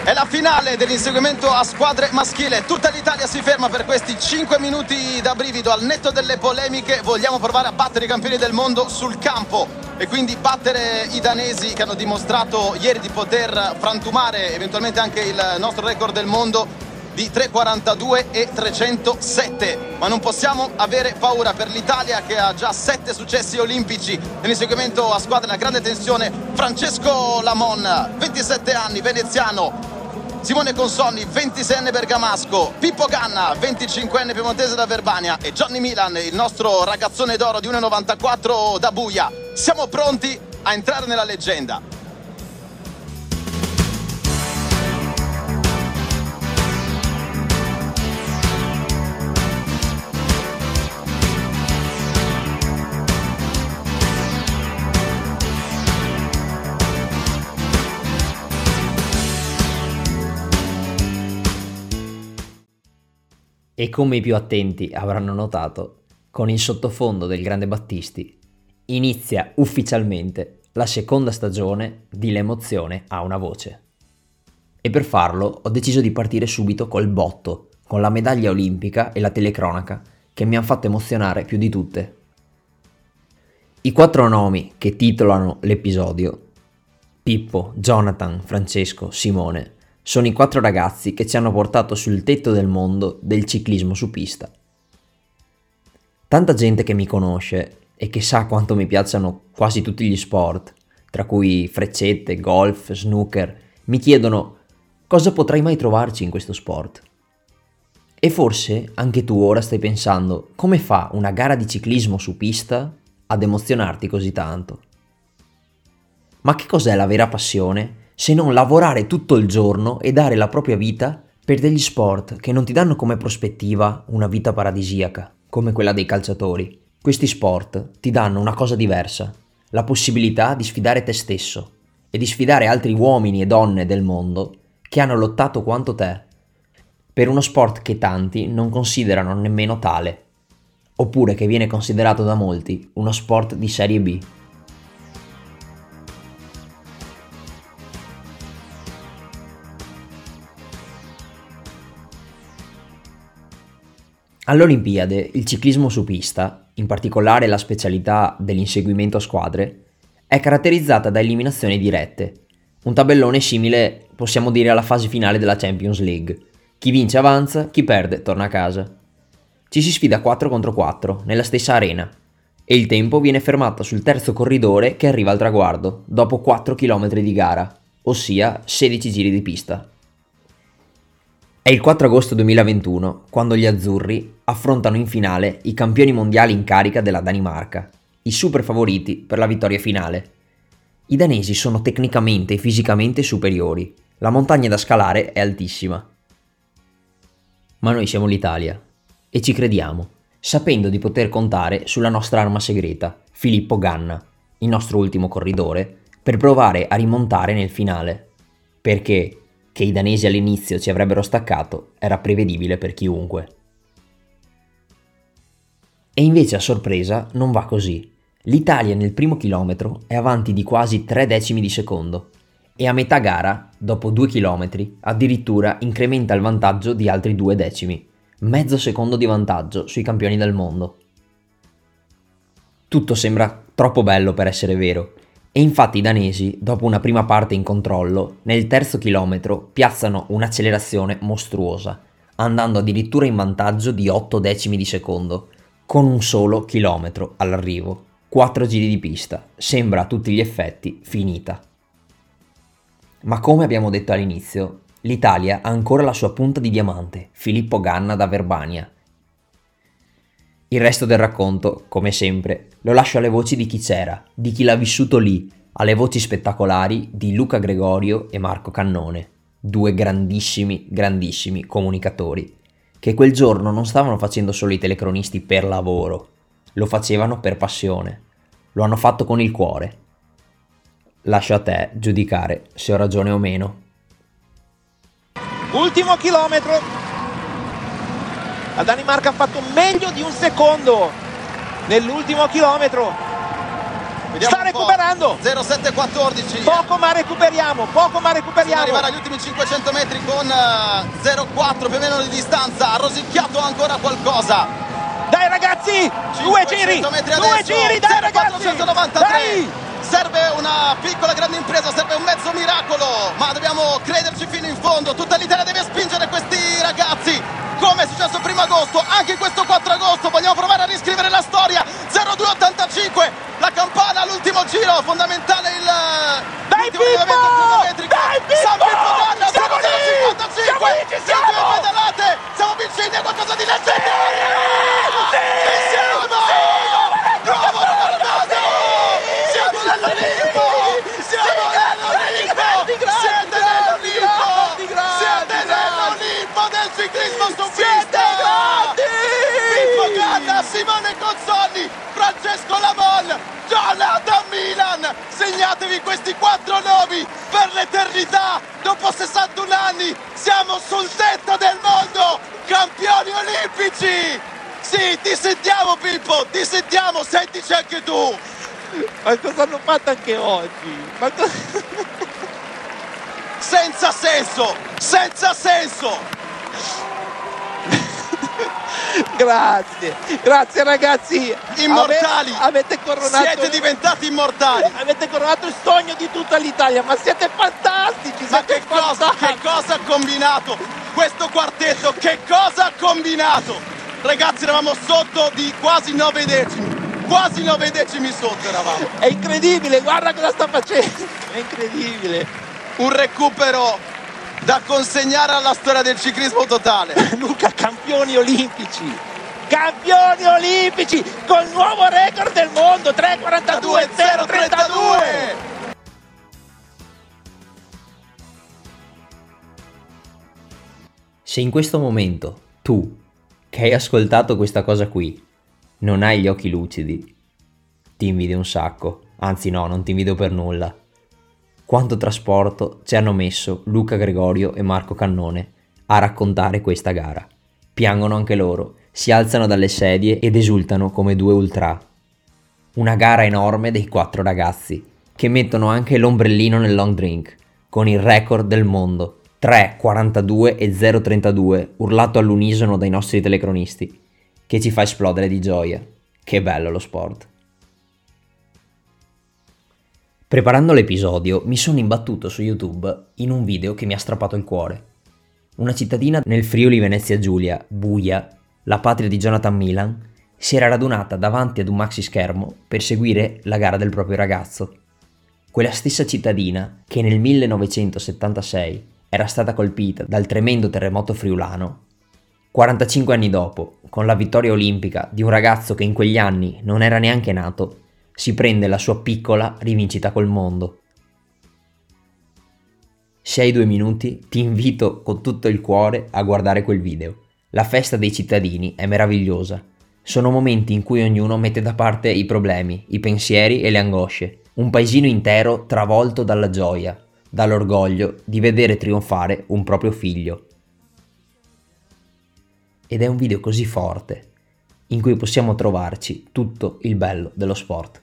È la finale dell'inseguimento a squadre maschile. Tutta l'Italia si ferma per questi 5 minuti da brivido. Al netto delle polemiche vogliamo provare a battere i campioni del mondo sul campo e quindi battere i danesi che hanno dimostrato ieri di poter frantumare eventualmente anche il nostro record del mondo di 3,42 e 307. Ma non possiamo avere paura per l'Italia che ha già 7 successi olimpici nell'inseguimento a squadre. Una grande tensione. Francesco Lamon, 27 anni, veneziano. Simone Consonni, 26enne bergamasco, Pippo Ganna, 25enne piemontese da Verbania e Johnny Milan, il nostro ragazzone d'oro di 1,94 da Buia. Siamo pronti a entrare nella leggenda. E come i più attenti avranno notato, con il sottofondo del grande Battisti, inizia ufficialmente la seconda stagione di L'emozione ha una voce. E per farlo ho deciso di partire subito col botto, con la medaglia olimpica e la telecronaca che mi hanno fatto emozionare più di tutte. I 4 nomi che titolano l'episodio, Pippo, Jonathan, Francesco, Simone, sono i 4 ragazzi che ci hanno portato sul tetto del mondo del ciclismo su pista. Tanta gente che mi conosce e che sa quanto mi piacciono quasi tutti gli sport, tra cui freccette, golf, snooker, mi chiedono cosa potrai mai trovarci in questo sport. E forse anche tu ora stai pensando come fa una gara di ciclismo su pista ad emozionarti così tanto. Ma che cos'è la vera passione se non lavorare tutto il giorno e dare la propria vita per degli sport che non ti danno come prospettiva una vita paradisiaca, come quella dei calciatori? Questi sport ti danno una cosa diversa, la possibilità di sfidare te stesso e di sfidare altri uomini e donne del mondo che hanno lottato quanto te, per uno sport che tanti non considerano nemmeno tale, oppure che viene considerato da molti uno sport di serie B. All'Olimpiade il ciclismo su pista, in particolare la specialità dell'inseguimento a squadre, è caratterizzata da eliminazioni dirette, un tabellone simile, possiamo dire, alla fase finale della Champions League. Chi vince avanza, chi perde torna a casa. Ci si sfida 4 contro 4 nella stessa arena e il tempo viene fermato sul terzo corridore che arriva al traguardo dopo 4 km di gara, ossia 16 giri di pista. È il 4 agosto 2021 quando gli azzurri affrontano in finale i campioni mondiali in carica della Danimarca, i super favoriti per la vittoria finale. I danesi sono tecnicamente e fisicamente superiori, la montagna da scalare è altissima. Ma noi siamo l'Italia e ci crediamo, sapendo di poter contare sulla nostra arma segreta, Filippo Ganna, il nostro ultimo corridore, per provare a rimontare nel finale, perché che i danesi all'inizio ci avrebbero staccato era prevedibile per chiunque. E invece a sorpresa non va così. L'Italia nel primo chilometro è avanti di quasi 3 decimi di secondo e a metà gara, dopo 2 chilometri, addirittura incrementa il vantaggio di altri 2 decimi, mezzo secondo di vantaggio sui campioni del mondo. Tutto sembra troppo bello per essere vero. E infatti i danesi, dopo una prima parte in controllo, nel terzo chilometro piazzano un'accelerazione mostruosa, andando addirittura in vantaggio di 8 decimi di secondo, con un solo chilometro all'arrivo. 4 giri di pista, sembra a tutti gli effetti finita. Ma come abbiamo detto all'inizio, l'Italia ha ancora la sua punta di diamante, Filippo Ganna da Verbania. Il resto del racconto, come sempre, lo lascio alle voci di chi c'era, di chi l'ha vissuto lì, alle voci spettacolari di Luca Gregorio e Marco Cannone, 2 grandissimi comunicatori, che quel giorno non stavano facendo solo i telecronisti per lavoro, lo facevano per passione, lo hanno fatto con il cuore. Lascio a te giudicare se ho ragione o meno. Ultimo chilometro. La Danimarca ha fatto meglio di un secondo nell'ultimo chilometro. Vediamo sta un po'. recuperando. 0,714. Poco ma recuperiamo. Fino ad arrivare agli ultimi 500 metri con 0,4 più o meno di distanza. Ha rosicchiato ancora qualcosa. Dai ragazzi, due giri, dai ragazzi. 493. Dai. Serve una piccola grande impresa, serve un mezzo miracolo, ma dobbiamo crederci fino in fondo. Tutta l'Italia deve spingere questi ragazzi, come è successo il 1 agosto, anche in questo 4 agosto. Vogliamo provare a riscrivere la storia. 0,285, la campana all'ultimo giro, fondamentale il Dai cronometrico. San Pippo Ganna, siamo lì, 0,55, ci siamo. pedalate, siamo vicini a qualcosa di leggendario. Bravo Ronaldo! Siamo nell'Olimpo! Siete nell'Olimpo del ciclismo su pista! Pippo Ganna, Simone Conzonni, Francesco Lamon, Jonathan Milan! Segnatevi questi 4 nomi per l'eternità! Dopo 61 anni siamo sul tetto del mondo! Campioni olimpici! Sì, ti sentiamo Pippo, ti sentiamo, sentici anche tu! Ma cosa hanno fatto anche oggi? Senza senso! Senza senso! Grazie ragazzi! Immortali! Avete coronato... Siete diventati immortali! Avete coronato il sogno di tutta l'Italia, ma siete fantastici! Ma che cosa ha combinato questo quartetto? Che cosa ha combinato? Ragazzi, eravamo sotto di quasi 9 decimi. Quasi 9 decimi sotto eravamo. È incredibile, guarda cosa sta facendo. È incredibile. Un recupero da consegnare alla storia del ciclismo totale. Luca, campioni olimpici. Campioni olimpici col nuovo record del mondo, 3:42.032. Se in questo momento tu, che hai ascoltato questa cosa qui, non hai gli occhi lucidi, ti invidio un sacco, anzi no, non ti invidio per nulla. Quanto trasporto ci hanno messo Luca Gregorio e Marco Cannone a raccontare questa gara. Piangono anche loro, si alzano dalle sedie ed esultano come 2 ultra. Una gara enorme dei 4 ragazzi, che mettono anche l'ombrellino nel long drink, con il record del mondo. 3:42 e 0:32 urlato all'unisono dai nostri telecronisti, che ci fa esplodere di gioia. Che bello lo sport. Preparando l'episodio mi sono imbattuto su YouTube in un video che mi ha strappato il cuore. Una cittadina nel Friuli Venezia Giulia, Buia, la patria di Jonathan Milan, si era radunata davanti ad un maxi schermo per seguire la gara del proprio ragazzo. Quella stessa cittadina che nel 1976 era stata colpita dal tremendo terremoto friulano, 45 anni dopo, con la vittoria olimpica di un ragazzo che in quegli anni non era neanche nato, si prende la sua piccola rivincita col mondo. Se hai 2 minuti, ti invito con tutto il cuore a guardare quel video. La festa dei cittadini è meravigliosa. Sono momenti in cui ognuno mette da parte i problemi, i pensieri e le angosce. Un paesino intero travolto dalla gioia, dall'orgoglio di vedere trionfare un proprio figlio. Ed è un video così forte, in cui possiamo trovarci tutto il bello dello sport.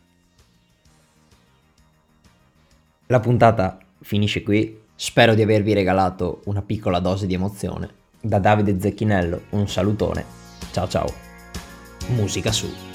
La puntata finisce qui, spero di avervi regalato una piccola dose di emozione. Da Davide Zecchinello un salutone, ciao ciao. Musica su.